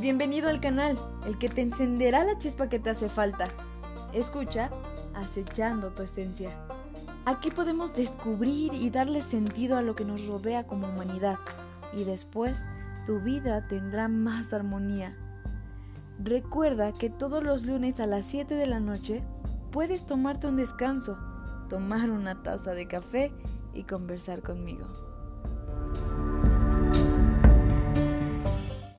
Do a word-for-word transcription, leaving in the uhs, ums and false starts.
Bienvenido al canal, el que te encenderá la chispa que te hace falta. Escucha, acechando tu esencia. Aquí podemos descubrir y darle sentido a lo que nos rodea como humanidad, y después tu vida tendrá más armonía. Recuerda que todos los lunes a las siete de la noche puedes tomarte un descanso, tomar una taza de café y conversar conmigo.